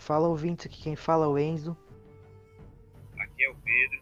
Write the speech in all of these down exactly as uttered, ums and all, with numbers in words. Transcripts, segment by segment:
Fala ouvintes, aqui quem fala é o Enzo. Aqui é o Pedro.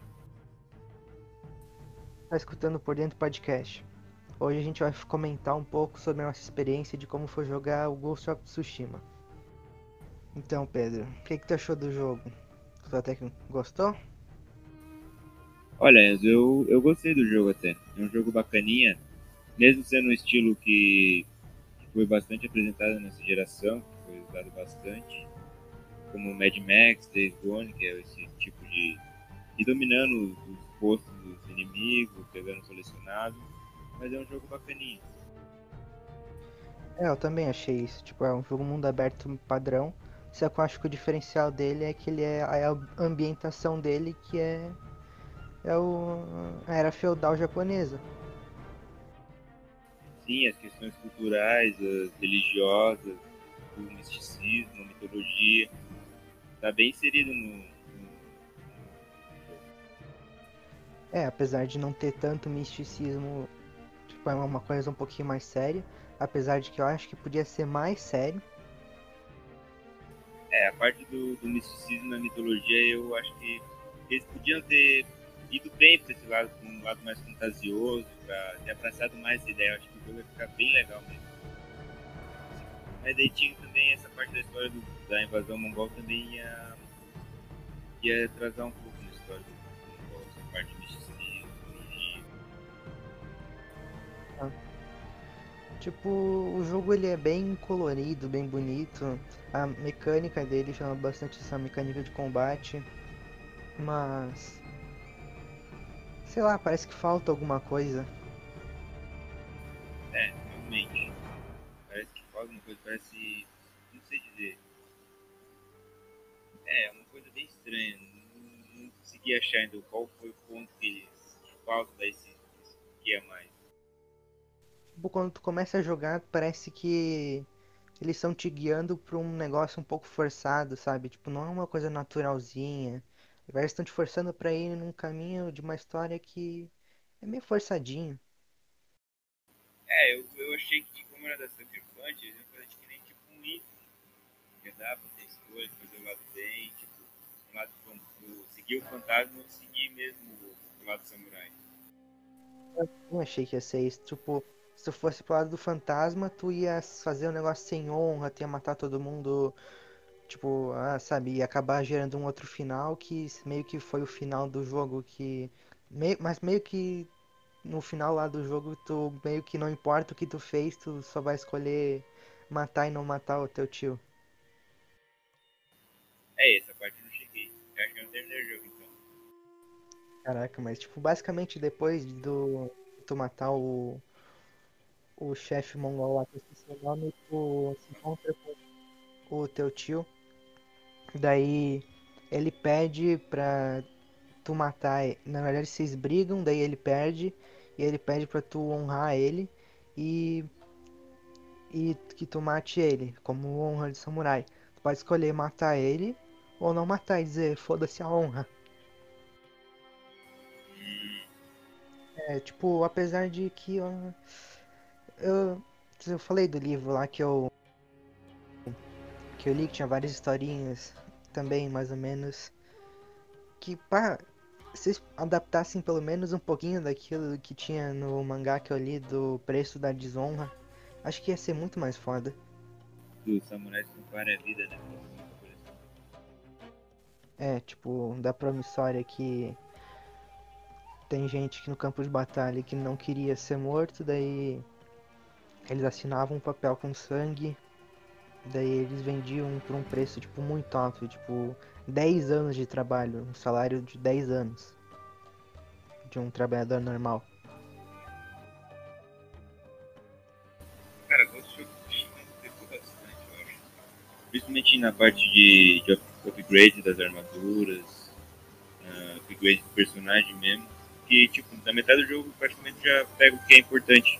Tá escutando Por Dentro Podcast. Hoje a gente vai comentar um pouco sobre a nossa experiência de como foi jogar o Ghost of Tsushima. Então, Pedro, o que, que tu achou do jogo? Tu até que gostou? Olha, Enzo, eu, eu gostei do jogo até. É um jogo bacaninha, mesmo sendo um estilo que, que foi bastante apresentado nessa geração, que foi usado bastante, como o Mad Max, Days Gone, que é esse tipo de ir dominando os, os postos dos inimigos, pegando colecionável, mas é um jogo bacaninha. É, eu também achei isso. Tipo, é um jogo mundo aberto padrão. Só que eu acho que o diferencial dele é que ele é a ambientação dele que é, é o, a era feudal japonesa. Sim, as questões culturais, as religiosas, o misticismo, a mitologia, está bem inserido no, no É, apesar de não ter tanto misticismo. Tipo, é uma coisa um pouquinho mais séria. Apesar de que eu acho que podia ser mais sério. É, a parte do, do misticismo na mitologia, eu acho que eles podiam ter ido bem para esse lado, para um lado mais fantasioso, para ter abraçado mais essa ideia. Eu acho que o jogo ia ficar bem legal mesmo. Mas daí tinha também essa parte da história do, da invasão mongol, também ia, ia atrasar um pouco na história do mongol, essa parte de misticismo, mitologia. Tá? Tipo, o jogo ele é bem colorido, bem bonito. A mecânica dele chama bastante essa mecânica de combate. Mas, sei lá, parece que falta alguma coisa. É, realmente. Parece que falta uma coisa, parece. Não sei dizer. É, uma coisa bem estranha. Não, não consegui achar ainda qual foi o ponto que, que falta desse que é mais. Tipo, quando tu começa a jogar, parece que eles estão te guiando pra um negócio um pouco forçado, sabe? Tipo, não é uma coisa naturalzinha. Eles estão te forçando pra ir num caminho de uma história que é meio forçadinho. É, eu, eu achei que como era da Sucker Punch, eles iam fazer que nem tipo um item. Ia dar pra ter escolha, fazer o lado bem, tipo, um lado do, seguir o fantasma ou seguir mesmo o, o lado samurai. Não achei que ia ser isso. Tipo, se tu fosse pro lado do fantasma, tu ia fazer um negócio sem honra, tu ia matar todo mundo. Tipo, ah, sabe, ia acabar gerando um outro final que meio que foi o final do jogo que. Meio, mas meio que no final lá do jogo, tu meio que não importa o que tu fez, tu só vai escolher matar e não matar o teu tio. É, essa parte eu não cheguei. Eu acho que eu não terminei o jogo então. Caraca, mas tipo, basicamente depois do tu matar o, o chefe mongol lá, que eu esqueci o nome, tu se encontra com o teu tio. Daí ele pede pra tu matar. e- Na verdade, vocês brigam, daí ele perde. E ele pede pra tu honrar ele. E, e que tu mate ele, como honra de samurai. Tu pode escolher matar ele ou não matar e dizer foda-se a honra. É, tipo, apesar de que ó, eu, eu falei do livro lá que eu, que eu li que tinha várias historinhas também, mais ou menos. Que pá, se eles adaptassem pelo menos um pouquinho daquilo que tinha no mangá que eu li do Preço da Desonra, acho que ia ser muito mais foda. Do samurai compara a vida, né? Muita coisa assim. É, tipo, da promissória que tem gente que no campo de batalha que não queria ser morto, daí eles assinavam um papel com sangue, daí eles vendiam por um preço, tipo, muito alto, tipo, dez anos de trabalho, um salário de dez anos de um trabalhador normal. Cara, Ghost of Tsushima pegou bastante, eu acho. Principalmente na parte de, de upgrade das armaduras, uh, upgrade do personagem mesmo. Que, tipo, na metade do jogo praticamente já pega o que é importante.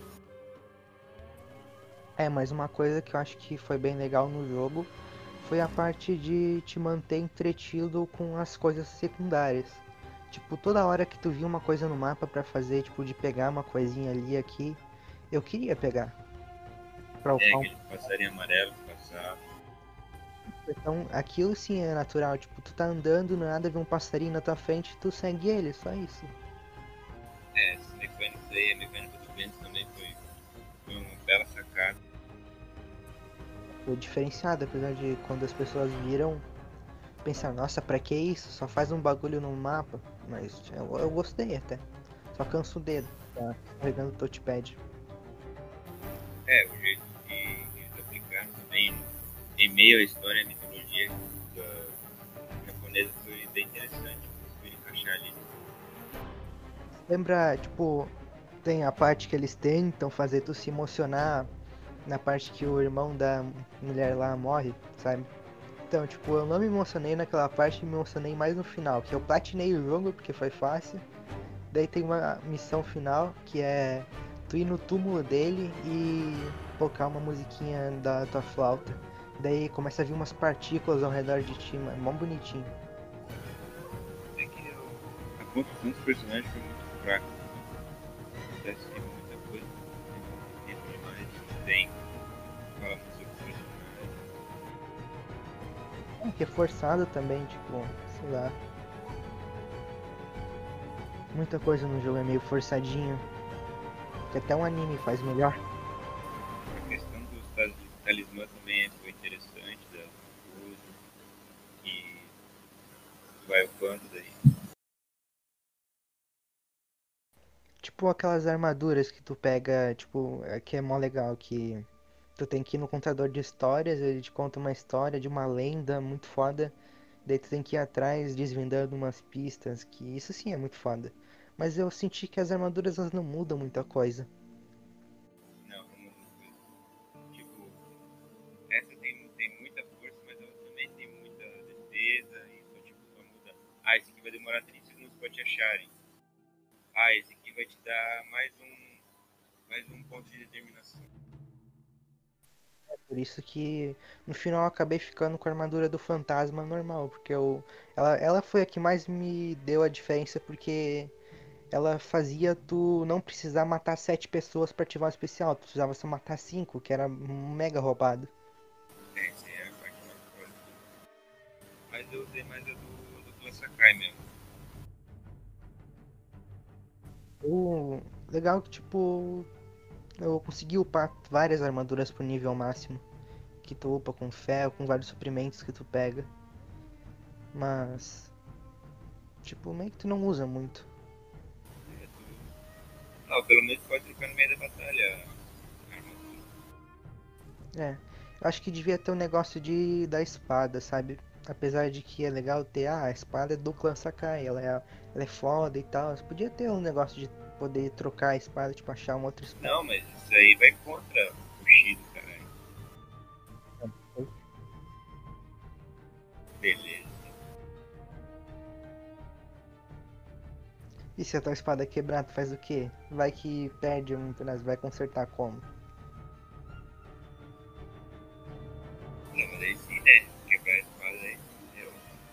É, mas uma coisa que eu acho que foi bem legal no jogo foi a parte de te manter entretido com as coisas secundárias. Tipo, toda hora que tu via uma coisa no mapa pra fazer, tipo, de pegar uma coisinha ali e aqui, eu queria pegar. Pra É, upar um... aquele passarinho amarelo, passar. Então, aquilo sim é natural. Tipo, tu tá andando, no nada vê um passarinho na tua frente, tu segue ele, só isso. É, esses mecânicos aí, a mecânica do vento também foi, foi uma bela sacada. Foi diferenciado, apesar de quando as pessoas viram, pensar, nossa, pra que isso? Só faz um bagulho no mapa. Mas eu, eu gostei até. Só canso o dedo, tá carregando o touchpad. É, o jeito que, que eles aplicaram também em meio à história e à mitologia da japonesa foi bem interessante. Foi encaixar ali. Lembra, tipo, tem a parte que eles tentam fazer tu se emocionar na parte que o irmão da mulher lá morre, sabe? Então, tipo, eu não me emocionei naquela parte, me emocionei mais no final, que eu platinei o jogo porque foi fácil. Daí tem uma missão final que é tu ir no túmulo dele e tocar uma musiquinha da tua flauta. Daí começa a vir umas partículas ao redor de ti, mano, mó bonitinho. É que eu, a construção dos personagens foi muito fraca. Acontece que muita coisa, tem tempo demais, não tem fala muito sobre o personagem. É que é forçado também, tipo, sei lá. Muita coisa no jogo é meio forçadinho, que até um anime faz melhor. A questão dos tal- talismã também foi interessante, da coisa, que vai upando daí. Tipo aquelas armaduras que tu pega, tipo, é que é mó legal, que tu tem que ir no contador de histórias, ele te conta uma história de uma lenda muito foda, daí tu tem que ir atrás desvendando umas pistas, que isso sim é muito foda. Mas eu senti que as armaduras elas não mudam muita coisa. Não, não muda coisa. Tipo, essa tem, tem muita força, mas ela também tem muita defesa, e só, tipo, só muda. Ah, esse aqui vai demorar trinta segundos pra te acharem. Ah, esse aqui vai te dar mais um, mais um ponto de determinação. Por isso que no final eu acabei ficando com a armadura do fantasma normal, porque eu, ela, ela foi a que mais me deu a diferença, porque ela fazia tu não precisar matar sete pessoas pra ativar o especial, tu precisava só matar cinco, que era mega roubado. É, essa é a parte mais forte. Mas eu usei mais a do, do Clan Sakai mesmo. O legal que tipo eu consegui upar várias armaduras pro nível máximo, que tu upa com ferro, com vários suprimentos que tu pega, mas tipo meio que tu não usa muito. É, tu... Não, pelo menos pode trocar no meio da batalha a armadura. É, eu acho que devia ter um negócio de da espada, sabe? Apesar de que é legal ter, ah, a espada é do clã Sakai, ela é, ela é foda e tal. Mas podia ter um negócio de poder trocar a espada, tipo, achar uma outra espada. Não, mas isso aí vai contra o Shido, caralho. Beleza. E se a tua espada quebrar, tu faz o quê? Vai que perde muito, né? Vai consertar como? Não, mas aí sim, né? Quebrar a espada aí. Eu...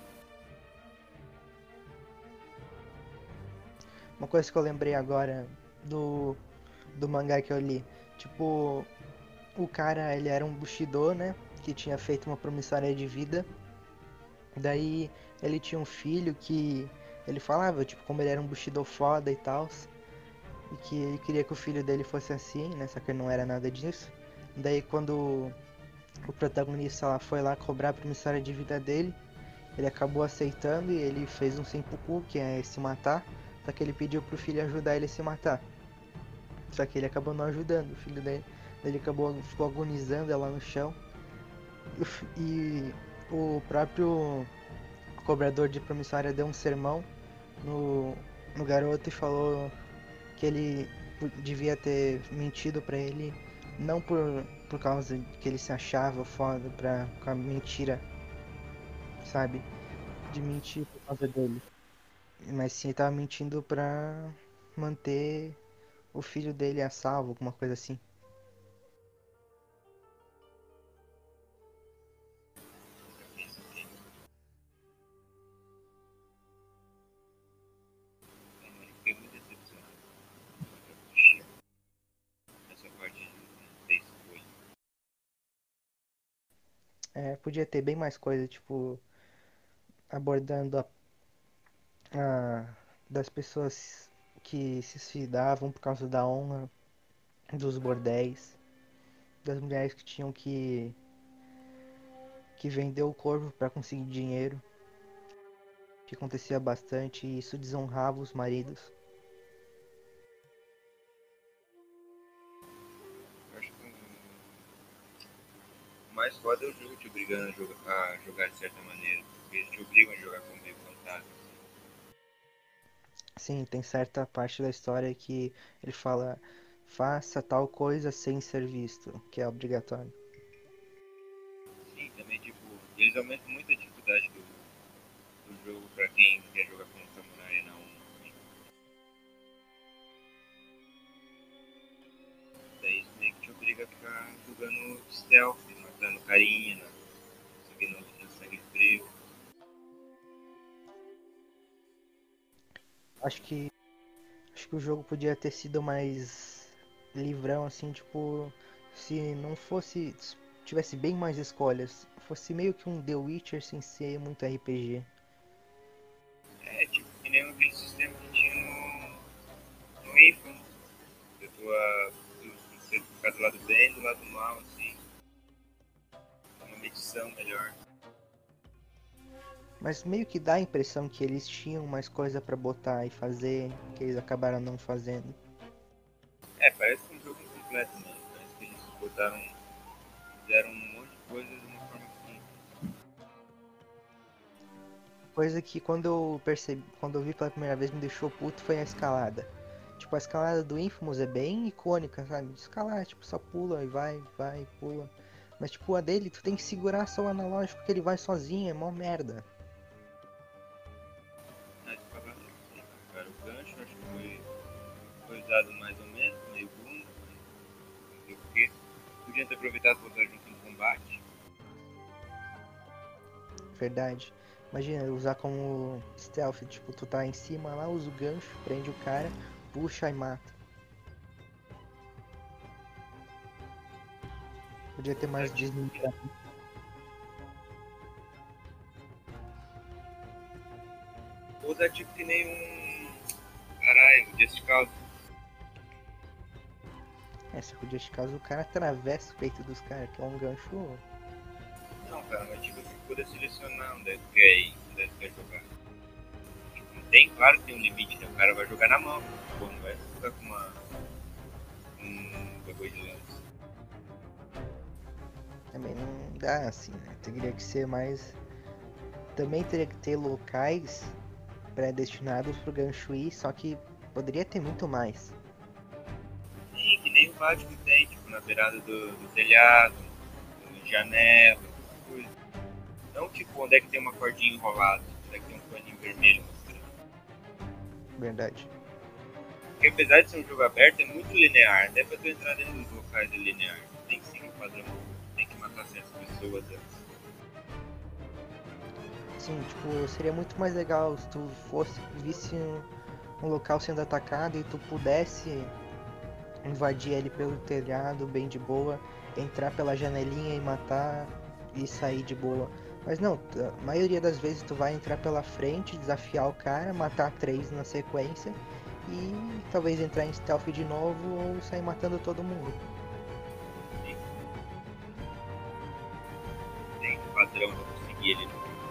Uma coisa que eu lembrei agora do, do mangá que eu li. Tipo, o cara, ele era um Bushido, né? Que tinha feito uma promissória de vida. Daí ele tinha um filho que ele falava, tipo, como ele era um Bushido foda e tal, e que ele queria que o filho dele fosse assim, né? Só que ele não era nada disso. Daí quando o protagonista lá foi lá cobrar a promissória de vida dele, ele acabou aceitando e ele fez um seppuku, que é se matar, só que ele pediu pro filho ajudar ele a se matar. Só que ele acabou não ajudando, o filho dele, ele acabou ficou agonizando lá no chão. E o próprio cobrador de promissória deu um sermão no, no garoto e falou que ele devia ter mentido pra ele, não por, por causa que ele se achava foda, pra, com a mentira, sabe? De mentir por causa dele. Mas sim, ele tava mentindo pra manter o filho dele a salvo, alguma coisa assim. Fiquei muito decepcionado com o Shido nessa parte de não ter escolha. É, podia ter bem mais coisa, tipo, abordando a, a- das pessoas que se suicidavam por causa da honra, dos bordéis, das mulheres que tinham que, que vender o corpo para conseguir dinheiro, que acontecia bastante e isso desonrava os maridos. Eu acho que o mais foda é o jogo te obrigando a jogar, a jogar de certa maneira. Porque eles te obrigam a jogar com meio fantasma. Sim, tem certa parte da história que ele fala: faça tal coisa sem ser visto, que é obrigatório. Sim, também, tipo, eles aumentam muito a dificuldade do, do jogo pra quem quer jogar como samurai na um. Daí isso meio que te obriga a ficar jogando stealth, matando carinha, né? Seguindo no sangue frio. Acho que acho que o jogo podia ter sido mais livrão assim, tipo, se não fosse tivesse bem mais escolhas, fosse meio que um The Witcher sem ser muito R P G. É tipo que nem aquele sistema que tinha no, no Info. Eu tô a, você ficar do lado bem e do lado mal, assim. Uma medição melhor. Mas meio que dá a impressão que eles tinham mais coisa pra botar e fazer, que eles acabaram não fazendo. É, parece um jogo incompleto mesmo. Parece que eles botaram, fizeram um monte de coisa de uma forma simples. Coisa que quando eu percebi, quando eu vi pela primeira vez me deixou puto foi a escalada. Tipo, a escalada do Infamous é bem icônica, sabe? De escalar, tipo, só pula e vai, vai, pula. Mas tipo, a dele tu tem que segurar só o analógico porque ele vai sozinho, é mó merda. Na escalada, não sei, cara. O gancho acho que foi, foi usado mais ou menos, meio bunda, não sei o que. Podiam ter aproveitado para usar junto no combate. Verdade. Imagina, usar como stealth, tipo, tu tá em cima lá, usa o gancho, prende o cara, puxa e mata. Podia ter Usar mais tipo, desmembramento. usar tipo que nem um. Caralho, Just Cause. É, se podia, caso o cara atravessa o peito dos caras, que é um gancho. Não, cara, mas tipo, você poder selecionar onde é que quer ir, onde é que quer jogar. Tipo, não tem, claro que tem um limite, né? O cara vai jogar na mão. Pô, não vai ficar com uma. Um bagulho de lance. Também não dá assim, né? Teria que ser mais. Também teria que ter locais pré-destinados pro gancho ir, só que poderia ter muito mais. Sim, que nem o Batman tem, tipo, na beirada do, do telhado, em janela, essas coisas. Não tipo onde é que tem uma cordinha enrolada, onde é que tem um paninho vermelho mostrando. Verdade. Porque apesar de ser um jogo aberto, é muito linear. Até pra tu entrar dentro dos locais é linear. Tem que seguir o padrão. Tem que matar certas pessoas antes. Sim, tipo, seria muito mais legal se tu fosse, visse um, um local sendo atacado e tu pudesse invadir ele pelo telhado, bem de boa, entrar pela janelinha e matar e sair de boa. Mas não, a maioria das vezes tu vai entrar pela frente, desafiar o cara, matar três na sequência e talvez entrar em stealth de novo ou sair matando todo mundo. Tem, tem um padrão pra conseguir ele.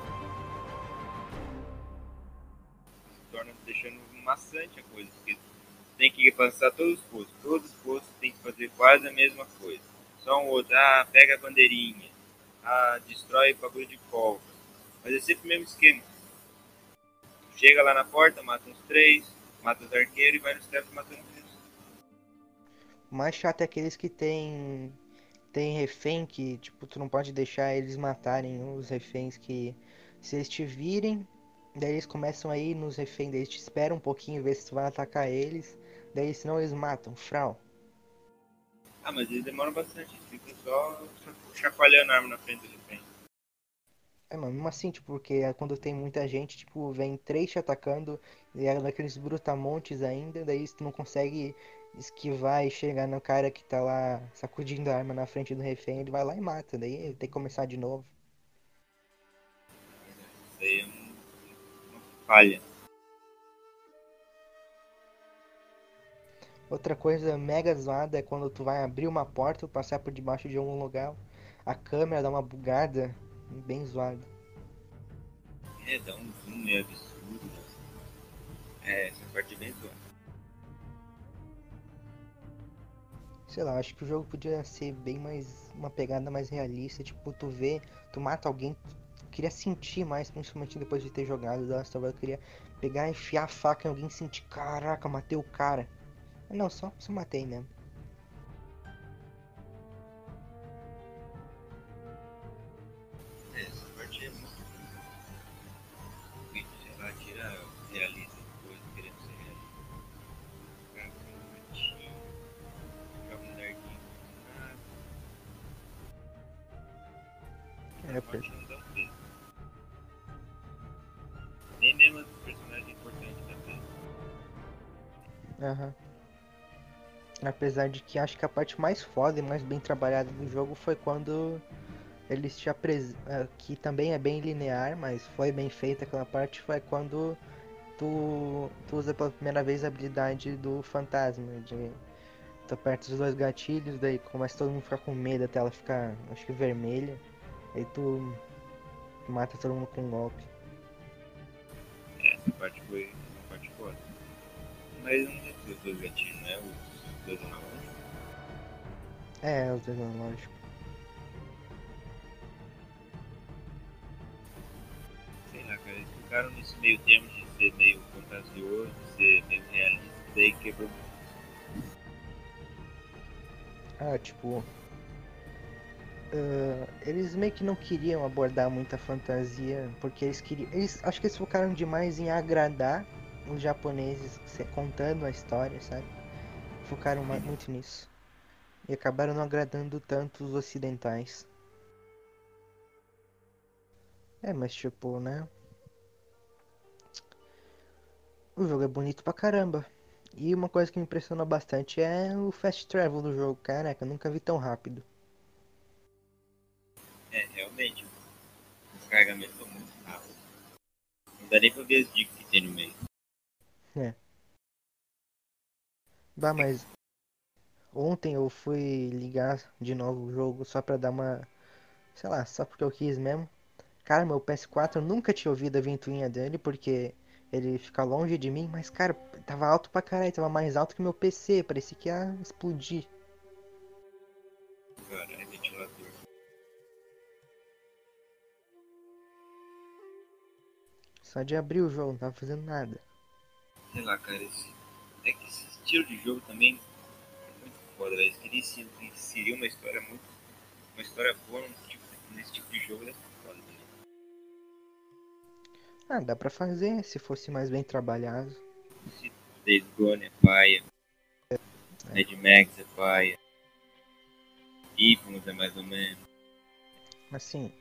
Se torna deixando maçante a coisa. Porque tem que passar todos os postos. Todos os postos tem que fazer quase a mesma coisa. Só um outro, ah, pega a bandeirinha. Ah, destrói o bagulho de pólvora. Mas é sempre o mesmo esquema. Chega lá na porta, mata uns três, mata os arqueiros e vai no stealth matando eles. O mais chato é aqueles que tem tem refém que, tipo, tu não pode deixar eles matarem os reféns que se eles te virem, daí eles começam a ir nos reféns, daí eles te esperam um pouquinho ver se tu vai atacar eles, daí senão eles matam, frau. Ah, mas eles demoram bastante, fica só chacoalhando a arma na frente do refém. É, mano, mesmo assim, tipo, porque é quando tem muita gente, tipo, vem três te atacando, e é daqueles brutamontes ainda, daí tu não consegue esquivar e chegar no cara que tá lá sacudindo a arma na frente do refém, ele vai lá e mata. Daí ele tem que começar de novo. Isso aí é um- uma falha. Outra coisa mega zoada é quando tu vai abrir uma porta ou passar por debaixo de algum lugar, a câmera dá uma bugada bem zoada. É, dá um zoom meio absurdo. Né? É, essa parte é bem zoada. Sei lá, acho que o jogo podia ser bem mais, uma pegada mais realista, tipo, tu vê, tu mata alguém, tu queria sentir mais, principalmente depois de ter jogado The Last of Us, eu queria pegar, enfiar a faca em alguém e sentir, caraca, matei o cara. Não, só, só matei mesmo. É, essa parte é muito ruim. Sei lá, tira o realismo de coisa, querendo ser realista. Cara, fica bonitinho, joga um dardinho. Ah, É, a per- morte não dá um peso. Nem mesmo os personagens importantes da vez. aham. Apesar de que acho que a parte mais foda e mais bem trabalhada do jogo foi quando eles te apresentam, que também é bem linear, mas foi bem feita aquela parte, foi quando tu, tu usa pela primeira vez a habilidade do fantasma, de tu aperta os dois gatilhos, daí começa todo mundo a ficar com medo, a tela ficar, acho que vermelha, aí tu mata todo mundo com um golpe. É, essa parte foi uma parte foda. Mas não é os dois gatilhos, né? Os dois analógicos. É, os dois analógicos. Sei lá, cara, eles ficaram nesse meio termo de ser meio fantasioso, de ser meio realista, e daí quebrou. Ah, tipo, ah, eles meio que não queriam abordar muita fantasia, porque eles queriam, eles, acho que eles focaram demais em agradar os japoneses se- contando a história, sabe? Focaram ma- muito nisso. E acabaram não agradando tanto os ocidentais. É, mas tipo, né? O jogo é bonito pra caramba. E uma coisa que me impressionou bastante é o fast travel do jogo. Caraca, eu nunca vi tão rápido. É, realmente, os carregamentos são muito rápidos. Não dá nem pra ver as dicas que tem no meio. É. Bah, mas ontem eu fui ligar de novo o jogo só pra dar uma. Sei lá, só porque eu quis mesmo. Cara, meu P S quatro eu nunca tinha ouvido a ventoinha dele porque ele fica longe de mim, mas cara, tava alto pra caralho, tava mais alto que meu P C, parecia que ia explodir. Cara, é ventilador. Só de abrir o jogo, não tava fazendo nada. Sei lá, cara, esse, é que esse estilo de jogo também é muito foda, velho. Eles queriam inserir uma história muito. Uma história boa num tipo, nesse tipo de jogo, é foda também. Ah, dá pra fazer se fosse mais bem trabalhado. Se Days Gone é paia, É. Mad Max é paia, Infamous é mais ou menos, Assim,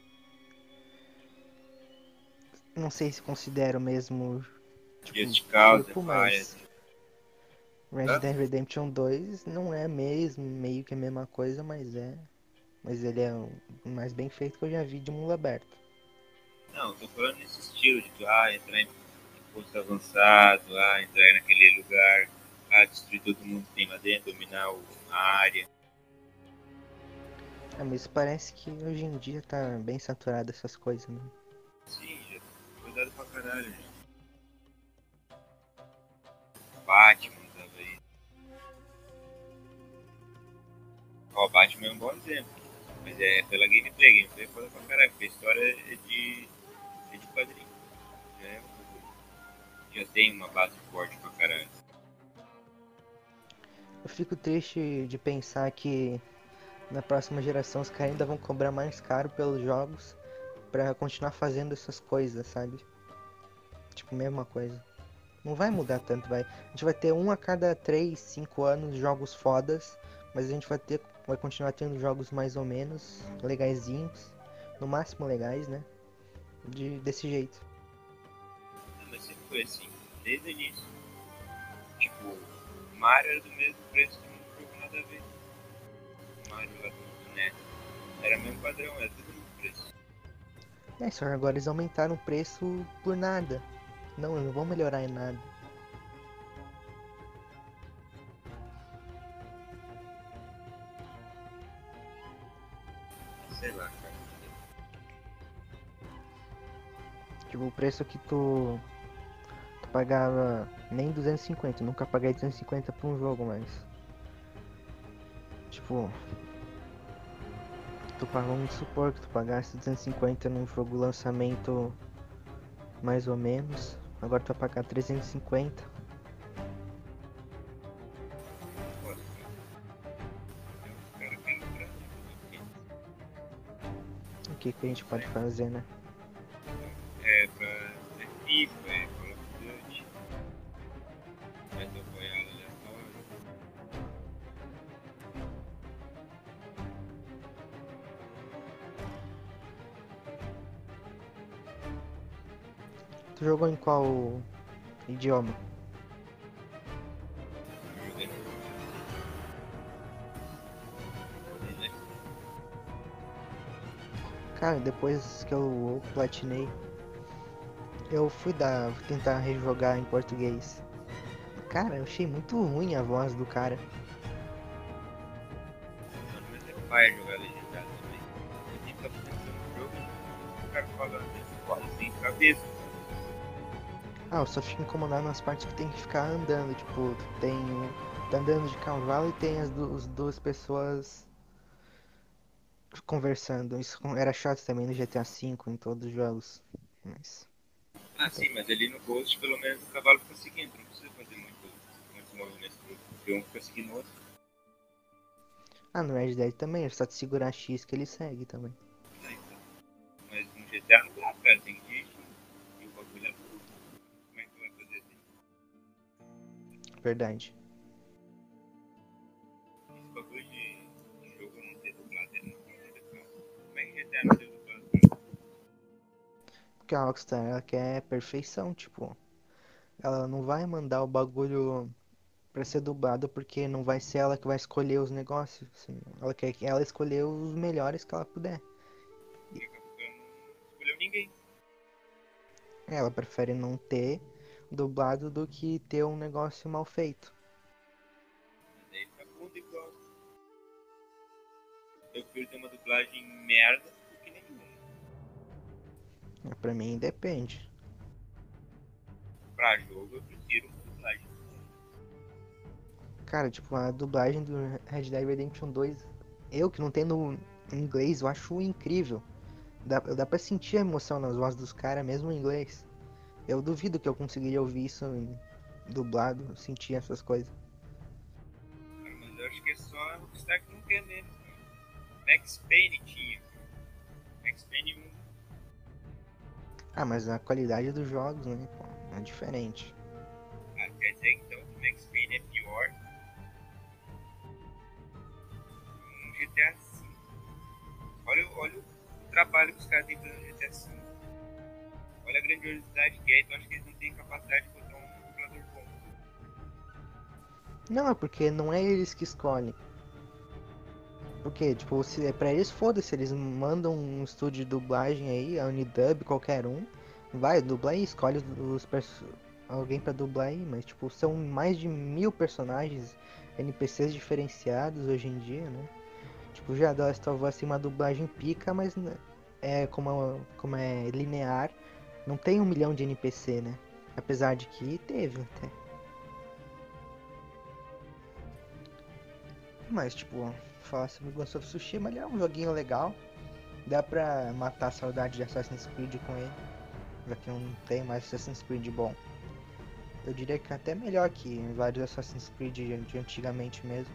não sei se considero mesmo, tipo, Just Cause é tipo, paia, mas Red tá? Dead Redemption dois não é mesmo, meio que a mesma coisa, mas é. Mas ele é o mais bem feito que eu já vi de mundo aberto. Não, tô falando nesse estilo de tu, ah, entrar em posto avançado, ah, entrar naquele lugar, ah, destruir todo mundo que tem lá dentro, dominar o, a área. Ah, mas parece que hoje em dia tá bem saturado essas coisas, né? Sim, já foi dado pra caralho, já. Batman, talvez. Ó, Batman é um bom exemplo. Mas é pela gameplay, gameplay é foda pra caralho, porque a história é de, é de quadrinho. Já, é um- já tem uma base forte pra caralho. Eu fico triste de pensar que na próxima geração os caras ainda vão cobrar mais caro pelos jogos pra continuar fazendo essas coisas, sabe? Tipo, mesma coisa. Não vai mudar tanto, vai. A gente vai ter um a cada três, cinco anos jogos fodas, mas a gente vai ter, vai continuar tendo jogos mais ou menos legaisinhos, no máximo legais, né? De, desse jeito. Não, mas sempre foi assim, desde o início. Tipo, Mario era do mesmo preço que um jogo nada a ver. Mario lá do N E S. Era o mesmo padrão, era tudo o mesmo preço. É, só que agora eles aumentaram o preço por nada. Não, eles não vão melhorar em nada. Sei lá, cara. Tipo, o preço que tu, tu pagava nem duzentos e cinquenta. Nunca paguei duzentos e cinquenta por um jogo, mas... Tipo, tu pagou, vamos supor que tu pagasse duzentos e cinquenta num jogo lançamento mais ou menos. Agora tu vai pagar trezentos e cinquenta. Foda, cara. Tem uns caras bem grandes. O que que a gente pode fazer, né? É pra ser FIFA, é Call of Duty. Battle Royale aleatório. Tu jogou em qual idioma? Eu joguei no japonês, né? Cara, depois que eu platinei, eu fui dar, tentar rejogar em português. Cara, eu achei muito ruim a voz do cara. Mano, mas é paia jogar legendado também. Eu tenho que ficar pensando no jogo e o cara falando desse foda sem cabeça. Ah, eu só fico incomodado nas partes que tem que ficar andando. Tipo, tem. Tá andando de cavalo e tem as, du as duas pessoas conversando. Isso era chato também no G T A V, em todos os jogos. Mas. Ah, sim, mas ali no Ghost pelo menos o cavalo fica seguindo, não precisa fazer muito, muitos movimentos, porque um fica seguindo o outro. Ah, no Red Dead também, é só te segurar X que ele segue também. Né, então. Mas no G T A não dá, cara, tem que ir e o bagulho é tudo. Como é que tu vai fazer assim? Verdade. Esse bagulho de, de jogo não ter dublado é muito complicado. Como é que G T A não tem dublado? Porque a Rockstar, ela quer perfeição, tipo. Ela não vai mandar o bagulho pra ser dublado porque não vai ser ela que vai escolher os negócios. Assim. Ela quer que ela escolher os melhores que ela puder. E acabou que ela não escolheu ninguém. Ela prefere não ter dublado do que ter um negócio mal feito. Mas aí fica puto igual. Eu prefiro ter uma dublagem merda do que nenhuma. Pra mim depende. Pra jogo eu prefiro uma dublagem. Cara, tipo, a dublagem do Red Dead Redemption dois, eu que não entendo inglês, eu acho incrível. Dá, dá pra sentir a emoção nas vozes dos caras, mesmo em inglês. Eu duvido que eu conseguiria ouvir isso em dublado, sentir essas coisas. Cara, mas eu acho que é só a Rockstar que não quer mesmo. Max Payne tinha. Max Payne um. Ah, mas a qualidade dos jogos, né, pô, é diferente. Ah, quer dizer então que o Max Payne é pior que um G T A V. Olha, olha o trabalho que os caras têm fazendo no G T A V. Olha a grandiosidade que é, então acho que eles não têm capacidade de botar um dublador bom. Não, é porque não é eles que escolhem. Porque, tipo, se é pra eles, foda-se, eles mandam um estúdio de dublagem aí, a Unidub, qualquer um, vai, dubla aí, escolhe os, os perso- alguém pra dublar aí, mas, tipo, são mais de mil personagens, N P Cs diferenciados hoje em dia, né? Tipo, já The Last of Us tem uma dublagem pica, mas né, é como, como é linear, não tem um milhão de N P C, né? Apesar de que teve até. Mas, tipo, falar sobre Ghost of Tsushima, ele é um joguinho legal. Dá pra matar a saudade de Assassin's Creed com ele, já que não tem mais Assassin's Creed bom. Eu diria que é até melhor que vários Assassin's Creed de de antigamente mesmo.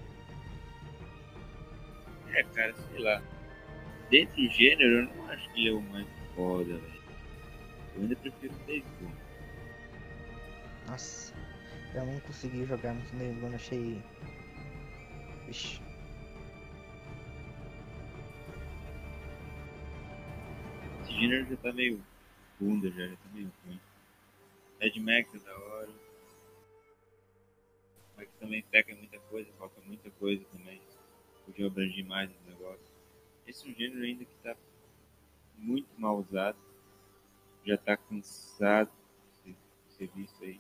É, cara, sei lá. Dentro do gênero, eu não acho que ele é o mais foda, velho. Eu ainda prefiro o Days Gone. Nossa, eu não consegui jogar muito nele quando achei. Ixi. Esse gênero já tá meio bunda, já, já tá meio ruim. Mad Max é da hora. Max também peca em muita coisa, falta muita coisa também. Podia abranger mais o negócio. Esse é um gênero ainda que está muito mal usado, já está cansado de ser visto aí.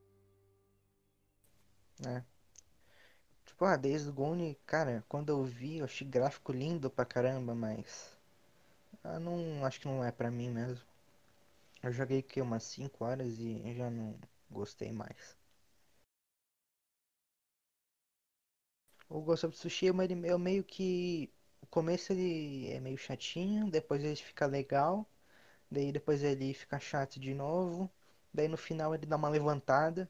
né? Tipo, ah, Days Gone, cara, quando eu vi, eu achei gráfico lindo pra caramba, mas. Ah, não, acho que não é pra mim mesmo. Eu joguei que umas cinco horas e já não gostei mais. O Ghost of Tsushima, ele é meio que. O começo ele é meio chatinho, depois ele fica legal, daí depois ele fica chato de novo, daí no final ele dá uma levantada.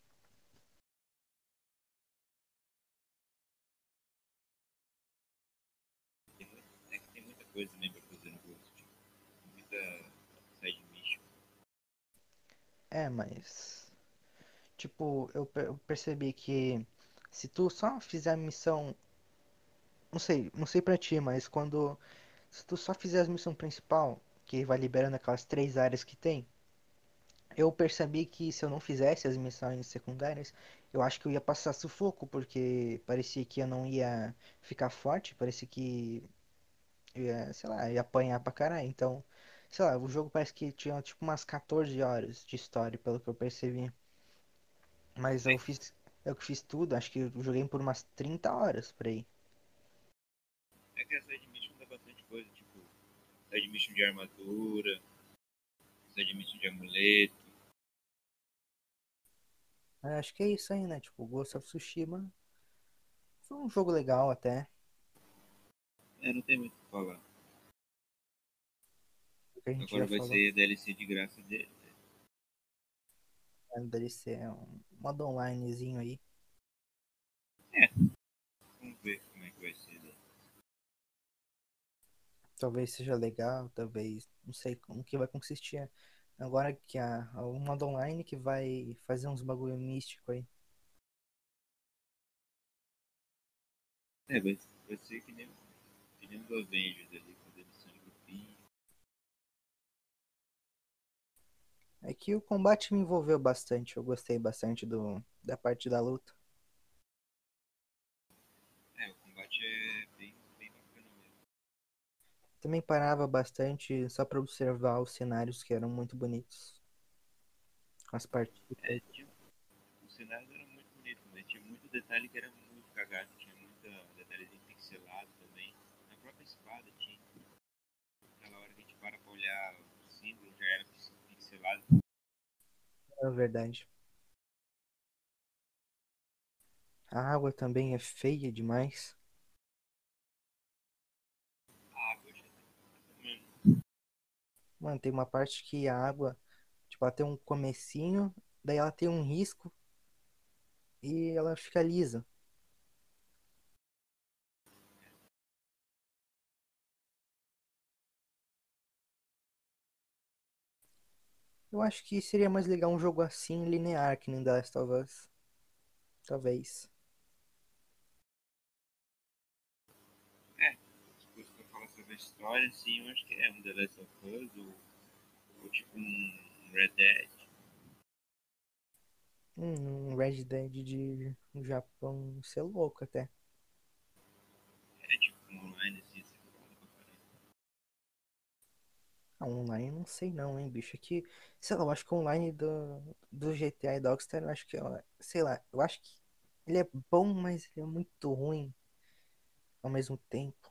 Tem muita, é que tem muita coisa também pra fazer no Ghost. Tipo, muita side mission. É, mas. Tipo, eu, per- eu percebi que se tu só fizer a missão. Não sei, não sei pra ti, mas quando. Se tu só fizer a missão principal, que vai liberando aquelas três áreas que tem, eu percebi que se eu não fizesse as missões secundárias, eu acho que eu ia passar sufoco, porque parecia que eu não ia ficar forte, parecia que eu ia, sei lá, ia apanhar pra caralho. Então, sei lá, o jogo parece que tinha tipo umas quatorze horas de história, pelo que eu percebi. Mas eu É, fiz, eu que fiz tudo, acho que eu joguei por umas trinta horas por aí. é que a side mission dá bastante coisa, tipo, side mission de armadura, side mission de amuleto. Mas acho que é isso aí, né? Tipo, Ghost of Tsushima foi um jogo legal até. É, não tem muito o que falar. O que a gente Agora já vai falou. sair a D L C de graça dele. A D L C é um modo onlinezinho aí. É, vamos ver como é que vai ser. Né? Talvez seja legal, talvez. Não sei como que vai consistir. Agora que a, o modo online que vai fazer uns bagulho místico aí. É, vai, vai ser que nem, que nem os Avengers ali, quando eles são em grupinho. É que o combate me envolveu bastante. Eu gostei bastante do, da parte da luta. É, o combate é bem, bem bacana mesmo. Também parava bastante só pra observar os cenários que eram muito bonitos. As É, partidas. tinha, os cenários eram muito bonitos, mas tinha muito detalhe que era muito cagado. Tinha muito detalhezinho pixelado também. Na própria espada tinha. Aquela hora que a gente para pra olhar o símbolo, já era pixelado. É verdade. A água também é feia demais. Ah, poxa, mano, Mano, tem uma parte que a água, tipo, ela tem um comecinho, daí ela tem um risco e ela fica lisa. Eu acho que seria mais legal um jogo assim, linear, que nem The Last of Us. Talvez. é, se fosse pra falar sobre a história, assim, eu acho que é um The Last of Us ou, ou tipo um Red Dead. Hum, um Red Dead de Japão, isso é louco até. É tipo um online, assim, assim, foda pra caramba. Ah, online não sei não, hein, bicho. Aqui, sei lá, eu acho que o online do, do G T A e do Rockstar, eu acho que, ó, sei lá, eu acho que ele é bom, mas ele é muito ruim ao mesmo tempo.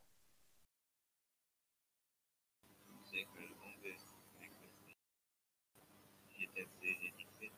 Não sei, cara, vamos ver como é que vai ser. G T A seis aí tem que ser.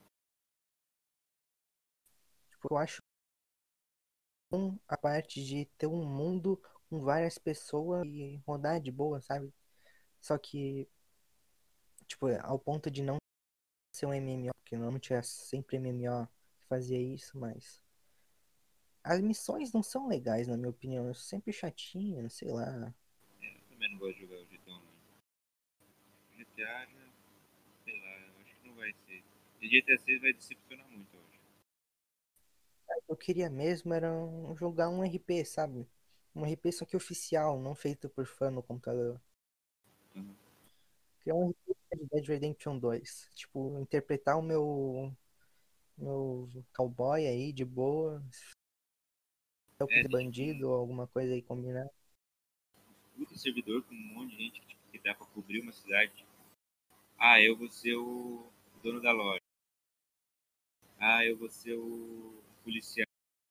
Tipo, eu acho bom a parte de ter um mundo com várias pessoas e rodar de boa, sabe? Só que, tipo, ao ponto de não ser um M M O, porque normalmente é sempre M M O que fazia isso, mas as missões não são legais, na minha opinião. É sempre chatinha, sei lá. É, eu também não gosto de jogar o G T A Online. G T A, já, sei lá, eu acho que não vai ser. E G T A seis vai decepcionar muito, eu acho. Eu queria mesmo era um- jogar um R P, sabe? Um R P só que oficial, não feito por fã no computador. Uhum. Criar um R P de Red Dead Redemption dois. Tipo, interpretar o meu. meu cowboy aí, de boa. Eu É, de tem tipo um bandido ou alguma coisa aí combinada. puta servidor com um monte de gente que, tipo, que dá pra cobrir uma cidade. Ah, eu vou ser o dono da loja. Ah, eu vou ser o policial.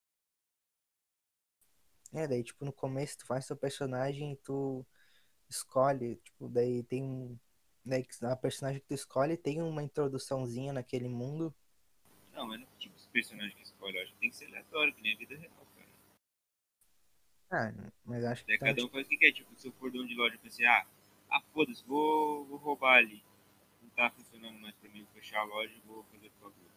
É, daí, tipo, no começo tu faz teu personagem e tu escolhe, tipo, daí tem um. Daí que a personagem que tu escolhe tem uma introduçãozinha naquele mundo. Não, mas não é tipo esse personagem que escolhe. Eu acho que tem que ser aleatório, que nem a vida real, cara. Ah, mas acho que Daí então, cada um tipo, faz o que quer. Tipo, se eu for dono de loja, eu pensei, ah, ah foda-se, vou, vou roubar ali. Não tá funcionando mais pra mim, vou fechar a loja e vou fazer por favor.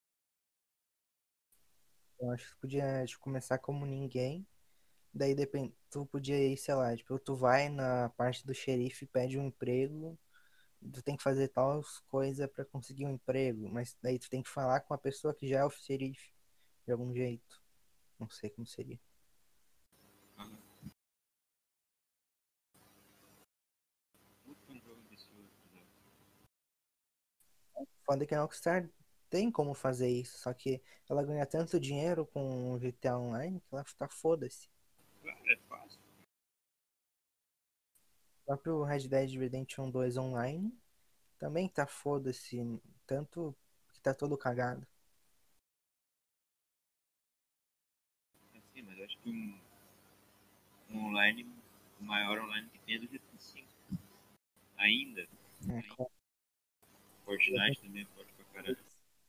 eu acho que tu podia tipo, começar como ninguém. Daí depende, tu podia ir, sei lá, tipo, tu vai na parte do xerife, pede um emprego, tu tem que fazer tal coisa pra conseguir um emprego, mas daí tu tem que falar com a pessoa que já é o xerife, de algum jeito. Não sei como seria. Ah, puta, um jogo ambicioso, né? Foda que a Rockstar tem como fazer isso, só que ela ganha tanto dinheiro com o G T A Online que ela tá foda-se. Claro, é fácil. O próprio Red Dead Redemption dois Online também tá foda-se, tanto que tá todo cagado. Assim, mas eu acho que um, um online, o maior online que tem é do G T A V. Ainda. É, claro. Fortnite também é forte pra caralho.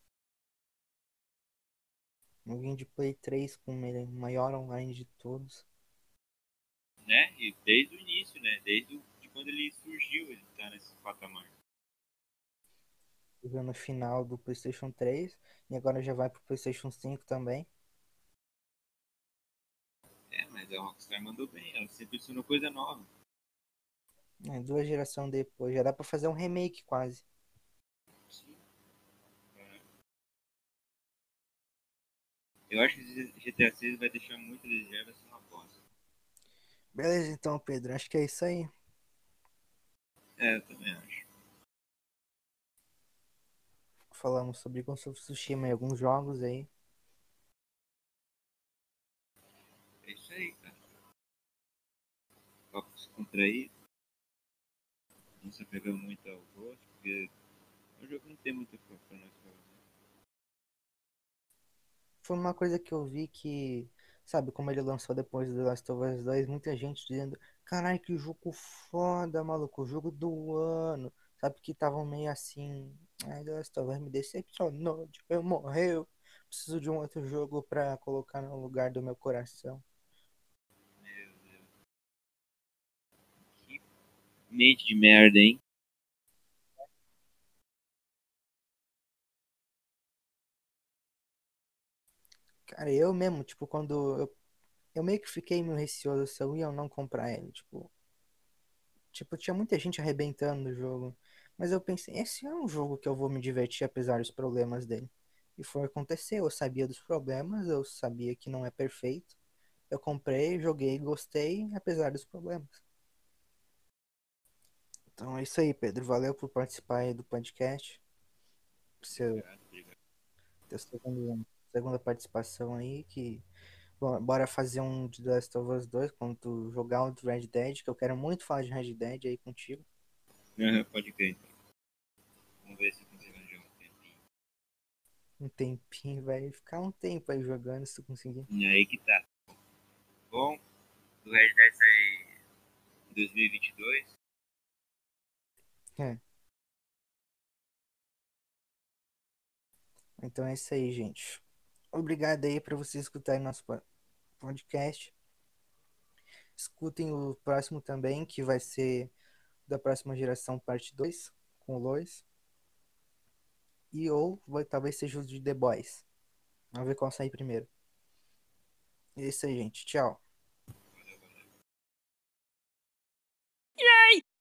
Alguém de Play três com o maior online de todos. Né? E desde o início, né? Desde o, de quando ele surgiu, ele tá nesse patamar. Chegou no final do PlayStation três e agora já vai pro PlayStation cinco também. É, mas a Rockstar mandou bem, ela sempre ensinou coisa nova. É, duas gerações depois, já dá pra fazer um remake quase. Sim. É. Eu acho que G T A seis vai deixar muito a desejar, vai ser uma bosta. Beleza, então, Pedro, acho que é isso aí. É, eu também acho. Falamos sobre Ghost of Tsushima e alguns jogos aí. É isso aí, cara. Papo descontraído, não se apegando muito ao gosto, porque o jogo não tem muito pra pra nós falar. Né? Foi uma coisa que eu vi que, sabe, como ele lançou depois do The Last of Us dois, muita gente dizendo, caralho, que jogo foda, maluco, jogo do ano. Sabe que estavam meio assim, ai, The Last of Us me decepcionou, tipo, eu morreu. Preciso de um outro jogo pra colocar no lugar do meu coração. Meu Deus, que mente de merda, hein? Cara, eu mesmo, tipo, quando eu, eu meio que fiquei meio receoso se eu ia ou não comprar ele, tipo, tipo, tinha muita gente arrebentando no jogo. Mas eu pensei, esse é um jogo que eu vou me divertir apesar dos problemas dele. E foi o que aconteceu. Eu sabia dos problemas, eu sabia que não é perfeito. Eu comprei, joguei, gostei, apesar dos problemas. Então é isso aí, Pedro. Valeu por participar aí do podcast. Seu, Obrigado, obrigado. teu segundo, segunda participação aí. Que, bom, bora fazer um de The Last of Us dois quando tu jogar o do Red Dead, que eu quero muito falar de Red Dead aí contigo. Aham, pode crer, então. Vamos ver se eu consigo arranjar um tempinho. Um tempinho, vai ficar um tempo aí jogando se tu conseguir. E aí que tá. Bom, o Red Dead sai em dois mil e vinte e dois. É. Então é isso aí, gente. Obrigado aí para vocês escutarem nosso po- podcast. Escutem o próximo também, que vai ser da próxima geração, parte dois com o Lois. E ou vai, talvez seja o de The Boys. Vamos ver qual sair primeiro. É isso aí, gente. Tchau.